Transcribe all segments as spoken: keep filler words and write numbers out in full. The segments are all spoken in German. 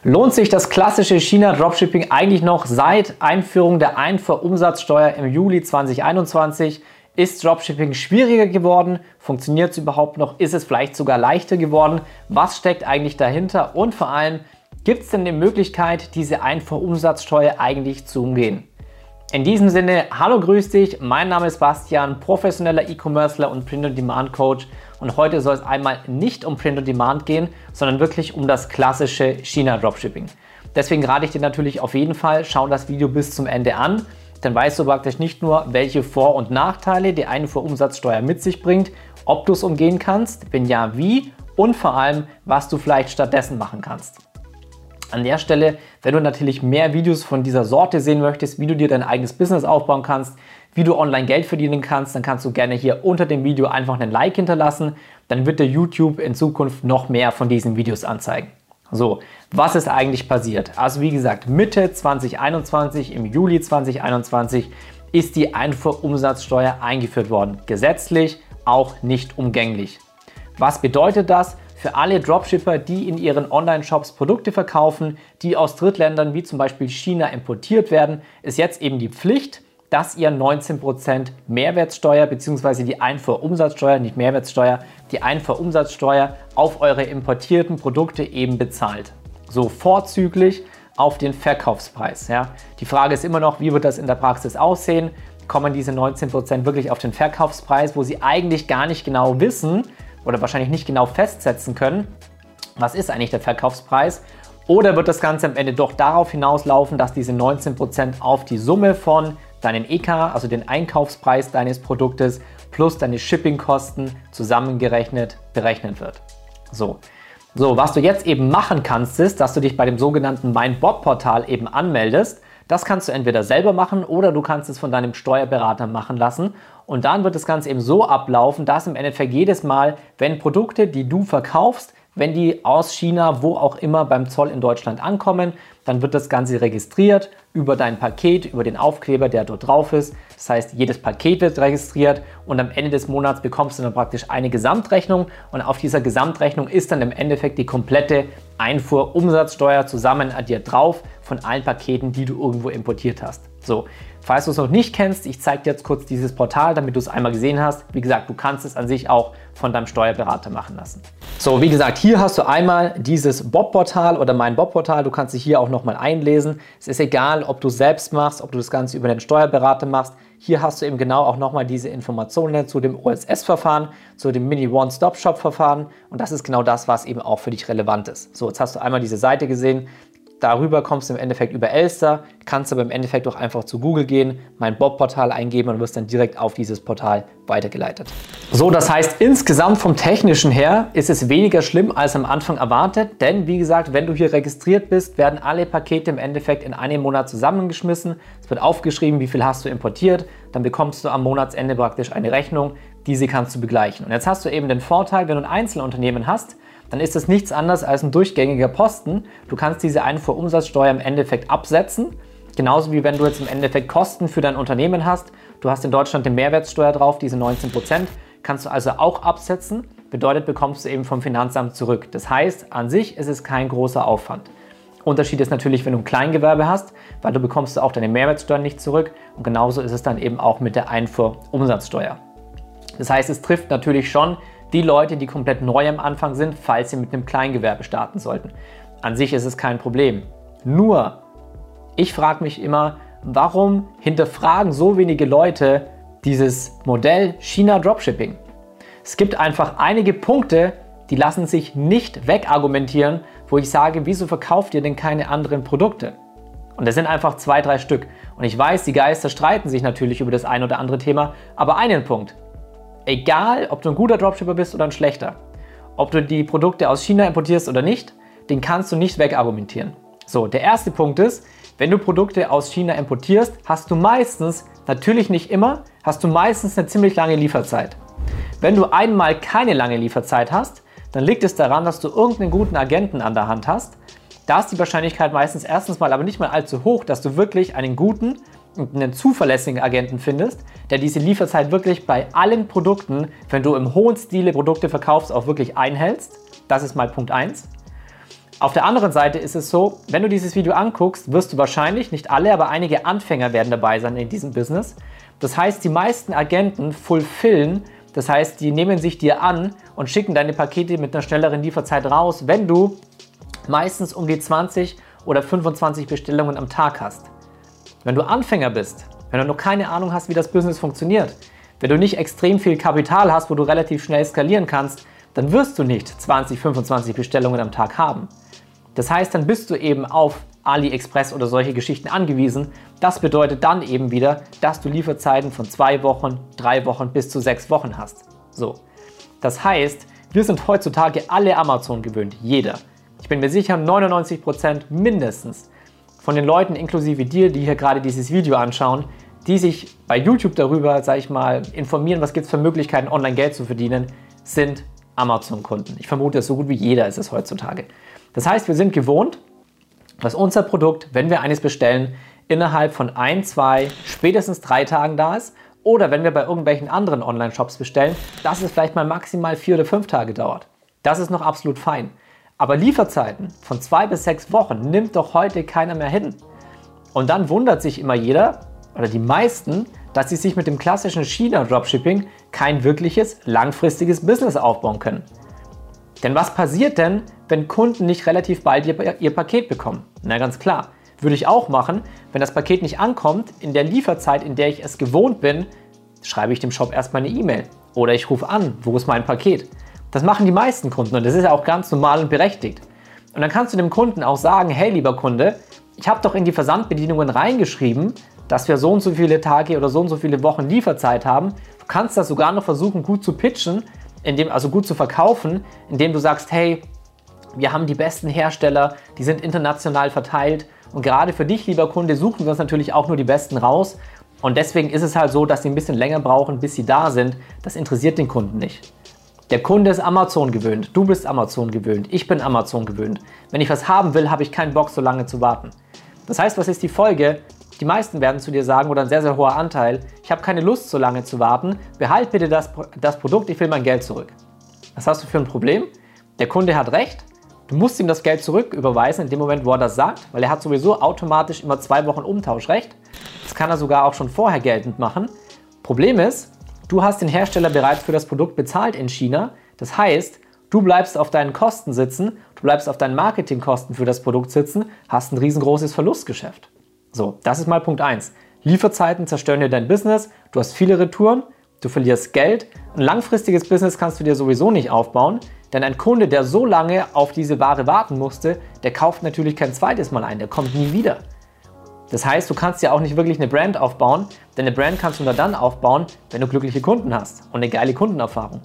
Lohnt sich das klassische China-Dropshipping eigentlich noch seit Einführung der Einfuhrumsatzsteuer im Juli zweitausendeinundzwanzig? Ist Dropshipping schwieriger geworden? Funktioniert es überhaupt noch? Ist es vielleicht sogar leichter geworden? Was steckt eigentlich dahinter? Und vor allem, gibt es denn eine Möglichkeit, diese Einfuhrumsatzsteuer eigentlich zu umgehen? In diesem Sinne, hallo, grüß dich, mein Name ist Bastian, professioneller E-Commercer und Print-on-Demand-Coach, und heute soll es einmal nicht um Print-on-Demand gehen, sondern wirklich um das klassische China-Dropshipping. Deswegen rate ich dir natürlich auf jeden Fall, schau das Video bis zum Ende an, dann weißt du praktisch nicht nur, welche Vor- und Nachteile die Einfuhrumsatzsteuer mit sich bringt, ob du es umgehen kannst, wenn ja, wie, und vor allem, was du vielleicht stattdessen machen kannst. An der Stelle, wenn du natürlich mehr Videos von dieser Sorte sehen möchtest, wie du dir dein eigenes Business aufbauen kannst, wie du online Geld verdienen kannst, dann kannst du gerne hier unter dem Video einfach einen Like hinterlassen. Dann wird der YouTube in Zukunft noch mehr von diesen Videos anzeigen. So, was ist eigentlich passiert? Also wie gesagt, Mitte zweitausendeinundzwanzig, im Juli zweitausendeinundzwanzig ist die Einfuhrumsatzsteuer eingeführt worden. Gesetzlich, auch nicht umgänglich. Was bedeutet das? Für alle Dropshipper, die in ihren Online-Shops Produkte verkaufen, die aus Drittländern wie zum Beispiel China importiert werden, ist jetzt eben die Pflicht, dass ihr neunzehn Prozent Mehrwertsteuer bzw. die Einfuhrumsatzsteuer, nicht Mehrwertsteuer, die Einfuhrumsatzsteuer auf eure importierten Produkte eben bezahlt. So vorzüglich auf den Verkaufspreis. Ja. Die Frage ist immer noch, wie wird das in der Praxis aussehen? Kommen diese neunzehn Prozent wirklich auf den Verkaufspreis, wo sie eigentlich gar nicht genau wissen, oder wahrscheinlich nicht genau festsetzen können, was ist eigentlich der Verkaufspreis, oder wird das Ganze am Ende doch darauf hinauslaufen, dass diese neunzehn Prozent auf die Summe von deinen E K, also den Einkaufspreis deines Produktes, plus deine Shippingkosten zusammengerechnet berechnet wird. So. So, was du jetzt eben machen kannst, ist, dass du dich bei dem sogenannten Mein-Bob-Portal eben anmeldest. Das kannst du entweder selber machen oder du kannst es von deinem Steuerberater machen lassen. Und dann wird das Ganze eben so ablaufen, dass im Endeffekt jedes Mal, wenn Produkte, die du verkaufst, wenn die aus China, wo auch immer, beim Zoll in Deutschland ankommen, dann wird das Ganze registriert über dein Paket, über den Aufkleber, der dort drauf ist. Das heißt, jedes Paket wird registriert und am Ende des Monats bekommst du dann praktisch eine Gesamtrechnung, und auf dieser Gesamtrechnung ist dann im Endeffekt die komplette Einfuhrumsatzsteuer zusammen addiert drauf von allen Paketen, die du irgendwo importiert hast. So, falls du es noch nicht kennst, ich zeige dir jetzt kurz dieses Portal, damit du es einmal gesehen hast. Wie gesagt, du kannst es an sich auch von deinem Steuerberater machen lassen. So, wie gesagt, hier hast du einmal dieses Bob-Portal oder mein Bob-Portal. Du kannst dich hier auch nochmal einlesen. Es ist egal, ob du es selbst machst, ob du das Ganze über den Steuerberater machst. Hier hast du eben genau auch nochmal diese Informationen zu dem O S S-Verfahren, zu dem Mini-One-Stop-Shop-Verfahren, und das ist genau das, was eben auch für dich relevant ist. So, jetzt hast du einmal diese Seite gesehen. Darüber kommst du im Endeffekt über Elster, kannst aber im Endeffekt auch einfach zu Google gehen, mein Bob-Portal eingeben und wirst dann direkt auf dieses Portal weitergeleitet. So, das heißt, insgesamt vom Technischen her ist es weniger schlimm als am Anfang erwartet, denn wie gesagt, wenn du hier registriert bist, werden alle Pakete im Endeffekt in einem Monat zusammengeschmissen. Es wird aufgeschrieben, wie viel hast du importiert, dann bekommst du am Monatsende praktisch eine Rechnung, diese kannst du begleichen. Und jetzt hast du eben den Vorteil, wenn du ein Einzelunternehmen hast, dann ist das nichts anderes als ein durchgängiger Posten. Du kannst diese Einfuhrumsatzsteuer im Endeffekt absetzen, genauso wie wenn du jetzt im Endeffekt Kosten für dein Unternehmen hast. Du hast in Deutschland eine Mehrwertsteuer drauf, diese neunzehn Prozent, kannst du also auch absetzen. Bedeutet, bekommst du eben vom Finanzamt zurück. Das heißt, an sich ist es kein großer Aufwand. Unterschied ist natürlich, wenn du ein Kleingewerbe hast, weil du bekommst auch deine Mehrwertsteuer nicht zurück, und genauso ist es dann eben auch mit der Einfuhrumsatzsteuer. Das heißt, es trifft natürlich schon die Leute, die komplett neu am Anfang sind, falls sie mit einem Kleingewerbe starten sollten. An sich ist es kein Problem. Nur, ich frage mich immer, warum hinterfragen so wenige Leute dieses Modell China Dropshipping? Es gibt einfach einige Punkte, die lassen sich nicht wegargumentieren, wo ich sage, wieso verkauft ihr denn keine anderen Produkte? Und das sind einfach zwei, drei Stück. Und ich weiß, die Geister streiten sich natürlich über das ein oder andere Thema, aber einen Punkt. Egal, ob du ein guter Dropshipper bist oder ein schlechter, ob du die Produkte aus China importierst oder nicht, den kannst du nicht wegargumentieren. So, der erste Punkt ist, wenn du Produkte aus China importierst, hast du meistens, natürlich nicht immer, hast du meistens eine ziemlich lange Lieferzeit. Wenn du einmal keine lange Lieferzeit hast, dann liegt es daran, dass du irgendeinen guten Agenten an der Hand hast. Da ist die Wahrscheinlichkeit meistens erstens mal aber nicht mal allzu hoch, dass du wirklich einen guten und einen zuverlässigen Agenten findest, der diese Lieferzeit wirklich bei allen Produkten, wenn du im hohen Stile Produkte verkaufst, auch wirklich einhältst. Das ist mal Punkt eins. Auf der anderen Seite ist es so, wenn du dieses Video anguckst, wirst du wahrscheinlich, nicht alle, aber einige Anfänger werden dabei sein in diesem Business. Das heißt, die meisten Agenten fulfillen, das heißt, die nehmen sich dir an und schicken deine Pakete mit einer schnelleren Lieferzeit raus, wenn du meistens um die zwanzig oder fünfundzwanzig Bestellungen am Tag hast. Wenn du Anfänger bist, wenn du noch keine Ahnung hast, wie das Business funktioniert, wenn du nicht extrem viel Kapital hast, wo du relativ schnell skalieren kannst, dann wirst du nicht zwanzig, fünfundzwanzig Bestellungen am Tag haben. Das heißt, dann bist du eben auf AliExpress oder solche Geschichten angewiesen. Das bedeutet dann eben wieder, dass du Lieferzeiten von zwei Wochen, drei Wochen bis zu sechs Wochen hast. So. Das heißt, wir sind heutzutage alle Amazon gewöhnt. Jeder. Ich bin mir sicher, neunundneunzig Prozent mindestens von den Leuten, inklusive dir, die hier gerade dieses Video anschauen, die sich bei YouTube darüber, sag ich mal, informieren, was gibt es für Möglichkeiten, online Geld zu verdienen, sind Amazon-Kunden. Ich vermute, so gut wie jeder ist es heutzutage. Das heißt, wir sind gewohnt, dass unser Produkt, wenn wir eines bestellen, innerhalb von ein, zwei, spätestens drei Tagen da ist. Oder wenn wir bei irgendwelchen anderen Online-Shops bestellen, dass es vielleicht mal maximal vier oder fünf Tage dauert. Das ist noch absolut fein. Aber Lieferzeiten von zwei bis sechs Wochen nimmt doch heute keiner mehr hin. Und dann wundert sich immer jeder, oder die meisten, dass sie sich mit dem klassischen China-Dropshipping kein wirkliches, langfristiges Business aufbauen können. Denn was passiert denn, wenn Kunden nicht relativ bald ihr, ihr Paket bekommen? Na ganz klar, würde ich auch machen. Wenn das Paket nicht ankommt, in der Lieferzeit, in der ich es gewohnt bin, schreibe ich dem Shop erstmal eine E-Mail. Oder ich rufe an, wo ist mein Paket? Das machen die meisten Kunden und das ist ja auch ganz normal und berechtigt. Und dann kannst du dem Kunden auch sagen, hey lieber Kunde, ich habe doch in die Versandbedienungen reingeschrieben, dass wir so und so viele Tage oder so und so viele Wochen Lieferzeit haben. Du kannst das sogar noch versuchen gut zu pitchen, indem, also gut zu verkaufen, indem du sagst, hey, wir haben die besten Hersteller, die sind international verteilt und gerade für dich, lieber Kunde, suchen wir uns natürlich auch nur die besten raus und deswegen ist es halt so, dass sie ein bisschen länger brauchen, bis sie da sind. Das interessiert den Kunden nicht. Der Kunde ist Amazon gewöhnt, du bist Amazon gewöhnt, ich bin Amazon gewöhnt. Wenn ich was haben will, habe ich keinen Bock, so lange zu warten. Das heißt, was ist die Folge? Die meisten werden zu dir sagen, oder ein sehr, sehr hoher Anteil, ich habe keine Lust, so lange zu warten, behalt bitte das, das Produkt, ich will mein Geld zurück. Was hast du für ein Problem? Der Kunde hat recht, du musst ihm das Geld zurück überweisen in dem Moment, wo er das sagt, weil er hat sowieso automatisch immer zwei Wochen Umtauschrecht. Das kann er sogar auch schon vorher geltend machen. Problem ist, du hast den Hersteller bereits für das Produkt bezahlt in China. Das heißt, du bleibst auf deinen Kosten sitzen, du bleibst auf deinen Marketingkosten für das Produkt sitzen, hast ein riesengroßes Verlustgeschäft. So, das ist mal Punkt eins. Lieferzeiten zerstören dir dein Business, du hast viele Retouren, du verlierst Geld. Ein langfristiges Business kannst du dir sowieso nicht aufbauen, denn ein Kunde, der so lange auf diese Ware warten musste, der kauft natürlich kein zweites Mal ein, der kommt nie wieder. Das heißt, du kannst ja auch nicht wirklich eine Brand aufbauen, denn eine Brand kannst du nur dann aufbauen, wenn du glückliche Kunden hast und eine geile Kundenerfahrung.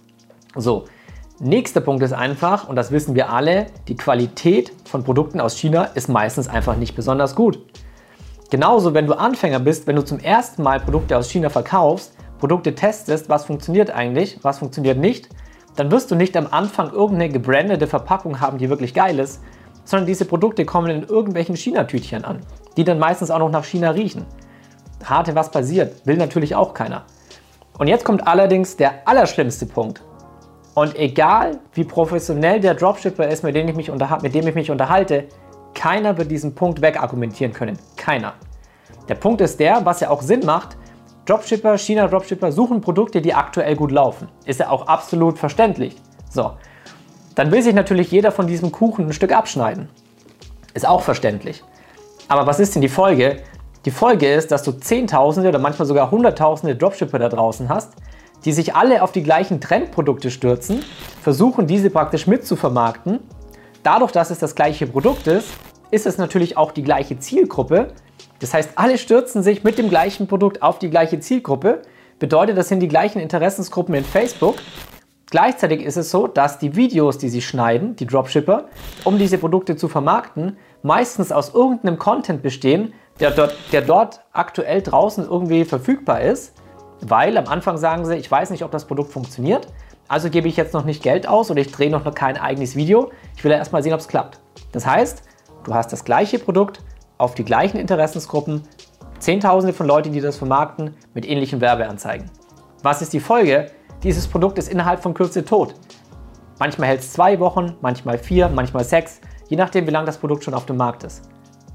So, nächster Punkt ist einfach, und das wissen wir alle, die Qualität von Produkten aus China ist meistens einfach nicht besonders gut. Genauso, wenn du Anfänger bist, wenn du zum ersten Mal Produkte aus China verkaufst, Produkte testest, was funktioniert eigentlich, was funktioniert nicht, dann wirst du nicht am Anfang irgendeine gebrandete Verpackung haben, die wirklich geil ist, sondern diese Produkte kommen in irgendwelchen China-Tütchen an, die dann meistens auch noch nach China riechen. Rate, was passiert, will natürlich auch keiner. Und jetzt kommt allerdings der allerschlimmste Punkt. Und egal, wie professionell der Dropshipper ist, mit dem ich mich, mit dem ich mich unterhalte, keiner wird diesen Punkt wegargumentieren können. Keiner. Der Punkt ist der, was ja auch Sinn macht, Dropshipper, China-Dropshipper suchen Produkte, die aktuell gut laufen. Ist ja auch absolut verständlich. So, dann will sich natürlich jeder von diesem Kuchen ein Stück abschneiden. Ist auch verständlich. Aber was ist denn die Folge? Die Folge ist, dass du Zehntausende oder manchmal sogar Hunderttausende Dropshipper da draußen hast, die sich alle auf die gleichen Trendprodukte stürzen, versuchen diese praktisch mitzuvermarkten. Dadurch, dass es das gleiche Produkt ist, ist es natürlich auch die gleiche Zielgruppe. Das heißt, alle stürzen sich mit dem gleichen Produkt auf die gleiche Zielgruppe. Bedeutet, das sind die gleichen Interessensgruppen in Facebook. Gleichzeitig ist es so, dass die Videos, die sie schneiden, die Dropshipper, um diese Produkte zu vermarkten, meistens aus irgendeinem Content bestehen, der dort, der dort aktuell draußen irgendwie verfügbar ist, weil am Anfang sagen sie, ich weiß nicht, ob das Produkt funktioniert, also gebe ich jetzt noch nicht Geld aus oder ich drehe noch kein eigenes Video, ich will ja erstmal sehen, ob es klappt. Das heißt, du hast das gleiche Produkt auf die gleichen Interessensgruppen, Zehntausende von Leuten, die das vermarkten, mit ähnlichen Werbeanzeigen. Was ist die Folge? Dieses Produkt ist innerhalb von Kürze tot. Manchmal hält es zwei Wochen, manchmal vier, manchmal sechs, je nachdem, wie lange das Produkt schon auf dem Markt ist.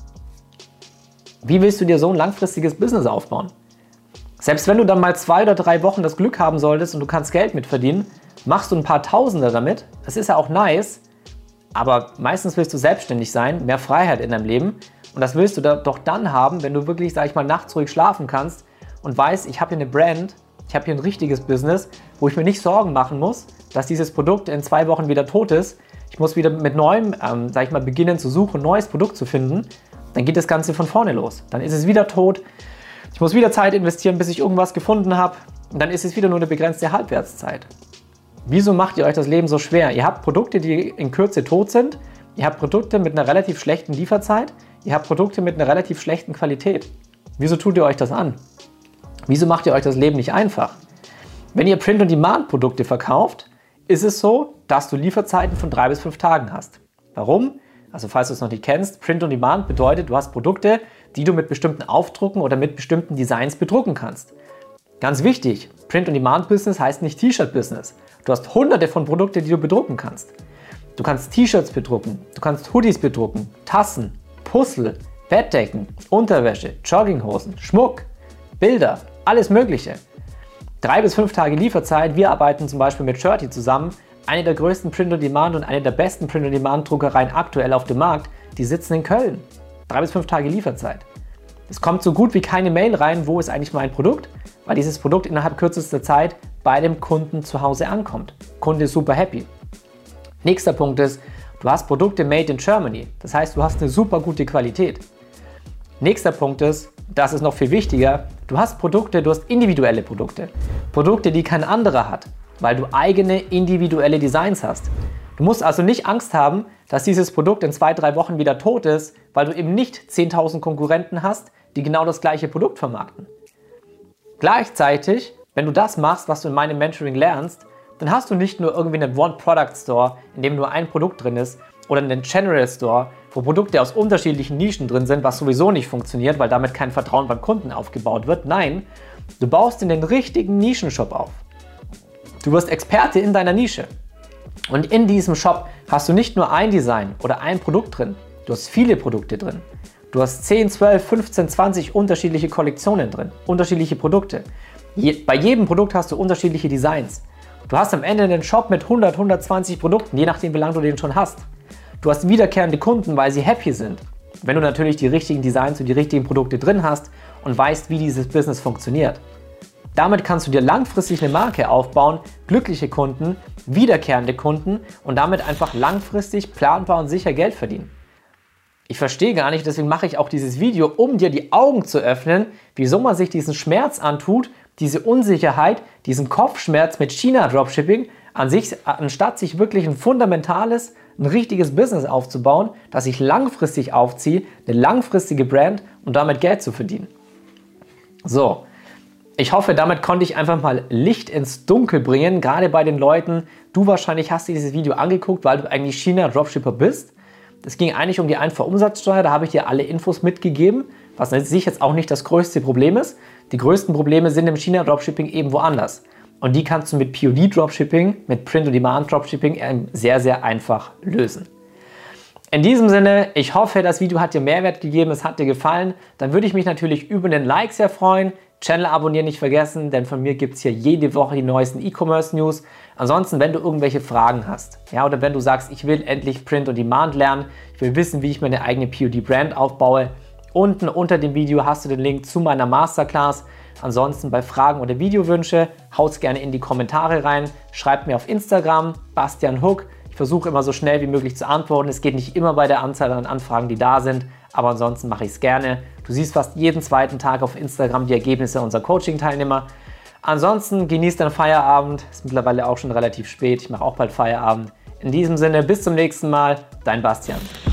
Wie willst du dir so ein langfristiges Business aufbauen? Selbst wenn du dann mal zwei oder drei Wochen das Glück haben solltest und du kannst Geld mitverdienen, machst du ein paar Tausende damit. Das ist ja auch nice, aber meistens willst du selbstständig sein, mehr Freiheit in deinem Leben. Und das willst du doch dann haben, wenn du wirklich, sag ich mal, nachts ruhig schlafen kannst und weißt, ich habe hier eine Brand, ich habe hier ein richtiges Business, wo ich mir nicht Sorgen machen muss, dass dieses Produkt in zwei Wochen wieder tot ist. Ich muss wieder mit neuem, ähm, sag ich mal, beginnen zu suchen, ein neues Produkt zu finden. Dann geht das Ganze von vorne los. Dann ist es wieder tot. Ich muss wieder Zeit investieren, bis ich irgendwas gefunden habe. Und dann ist es wieder nur eine begrenzte Halbwertszeit. Wieso macht ihr euch das Leben so schwer? Ihr habt Produkte, die in Kürze tot sind. Ihr habt Produkte mit einer relativ schlechten Lieferzeit. Ihr habt Produkte mit einer relativ schlechten Qualität. Wieso tut ihr euch das an? Wieso macht ihr euch das Leben nicht einfach? Wenn ihr Print-on-Demand-Produkte verkauft, ist es so, dass du Lieferzeiten von drei bis fünf Tagen hast. Warum? Also falls du es noch nicht kennst, Print-on-Demand bedeutet, du hast Produkte, die du mit bestimmten Aufdrucken oder mit bestimmten Designs bedrucken kannst. Ganz wichtig, Print-on-Demand-Business heißt nicht T-Shirt-Business. Du hast hunderte von Produkten, die du bedrucken kannst. Du kannst T-Shirts bedrucken, du kannst Hoodies bedrucken, Tassen, Puzzle, Bettdecken, Unterwäsche, Jogginghosen, Schmuck, Bilder, alles Mögliche. Drei bis fünf Tage Lieferzeit. Wir arbeiten zum Beispiel mit Shirty zusammen, eine der größten Print-on-Demand und eine der besten Print-on-Demand-Druckereien aktuell auf dem Markt. Die sitzen in Köln. Drei bis fünf Tage Lieferzeit. Es kommt so gut wie keine Mail rein, wo ist eigentlich mein Produkt, weil dieses Produkt innerhalb kürzester Zeit bei dem Kunden zu Hause ankommt. Kunde ist super happy. Nächster Punkt ist, du hast Produkte made in Germany. Das heißt, du hast eine super gute Qualität. Nächster Punkt ist, das ist noch viel wichtiger, du hast Produkte, du hast individuelle Produkte. Produkte, die kein anderer hat, weil du eigene individuelle Designs hast. Du musst also nicht Angst haben, dass dieses Produkt in zwei, drei Wochen wieder tot ist, weil du eben nicht zehntausend Konkurrenten hast, die genau das gleiche Produkt vermarkten. Gleichzeitig, wenn du das machst, was du in meinem Mentoring lernst, dann hast du nicht nur irgendwie einen One-Product-Store, in dem nur ein Produkt drin ist, oder einen General Store, wo Produkte aus unterschiedlichen Nischen drin sind, was sowieso nicht funktioniert, weil damit kein Vertrauen beim Kunden aufgebaut wird. Nein, du baust in den richtigen Nischenshop auf. Du wirst Experte in deiner Nische. Und in diesem Shop hast du nicht nur ein Design oder ein Produkt drin, du hast viele Produkte drin. Du hast zehn, zwölf, fünfzehn, zwanzig unterschiedliche Kollektionen drin, unterschiedliche Produkte. Je, bei jedem Produkt hast du unterschiedliche Designs. Du hast am Ende einen Shop mit hundert, hundertzwanzig Produkten, je nachdem wie lange du den schon hast. Du hast wiederkehrende Kunden, weil sie happy sind. Wenn du natürlich die richtigen Designs und die richtigen Produkte drin hast und weißt, wie dieses Business funktioniert. Damit kannst du dir langfristig eine Marke aufbauen, glückliche Kunden, wiederkehrende Kunden und damit einfach langfristig planbar und sicher Geld verdienen. Ich verstehe gar nicht, deswegen mache ich auch dieses Video, um dir die Augen zu öffnen, wieso man sich diesen Schmerz antut, diese Unsicherheit, diesen Kopfschmerz mit China-Dropshipping, an sich, anstatt sich wirklich ein fundamentales, ein richtiges Business aufzubauen, das ich langfristig aufziehe, eine langfristige Brand und damit Geld zu verdienen. So, ich hoffe, damit konnte ich einfach mal Licht ins Dunkel bringen, gerade bei den Leuten. Du wahrscheinlich hast dir dieses Video angeguckt, weil du eigentlich China-Dropshipper bist. Es ging eigentlich um die Einfuhrumsatzsteuer, da habe ich dir alle Infos mitgegeben, was an sich jetzt auch nicht das größte Problem ist. Die größten Probleme sind im China-Dropshipping eben woanders. Und die kannst du mit P O D-Dropshipping, mit Print-on-Demand-Dropshipping sehr, sehr einfach lösen. In diesem Sinne, ich hoffe, das Video hat dir Mehrwert gegeben, es hat dir gefallen. Dann würde ich mich natürlich über einen Like sehr freuen. Channel abonnieren nicht vergessen, denn von mir gibt es hier jede Woche die neuesten E-Commerce-News. Ansonsten, wenn du irgendwelche Fragen hast, ja, oder wenn du sagst, ich will endlich Print-on-Demand lernen, ich will wissen, wie ich mir eine eigene P O D-Brand aufbaue, unten unter dem Video hast du den Link zu meiner Masterclass. Ansonsten bei Fragen oder Videowünsche, haut's gerne in die Kommentare rein, schreibt mir auf Instagram, Bastian Hook. Ich versuche immer so schnell wie möglich zu antworten. Es geht nicht immer bei der Anzahl an Anfragen, die da sind, aber ansonsten mache ich es gerne. Du siehst fast jeden zweiten Tag auf Instagram die Ergebnisse unserer Coaching-Teilnehmer. Ansonsten genießt deinen Feierabend, ist mittlerweile auch schon relativ spät, ich mache auch bald Feierabend. In diesem Sinne, bis zum nächsten Mal, dein Bastian.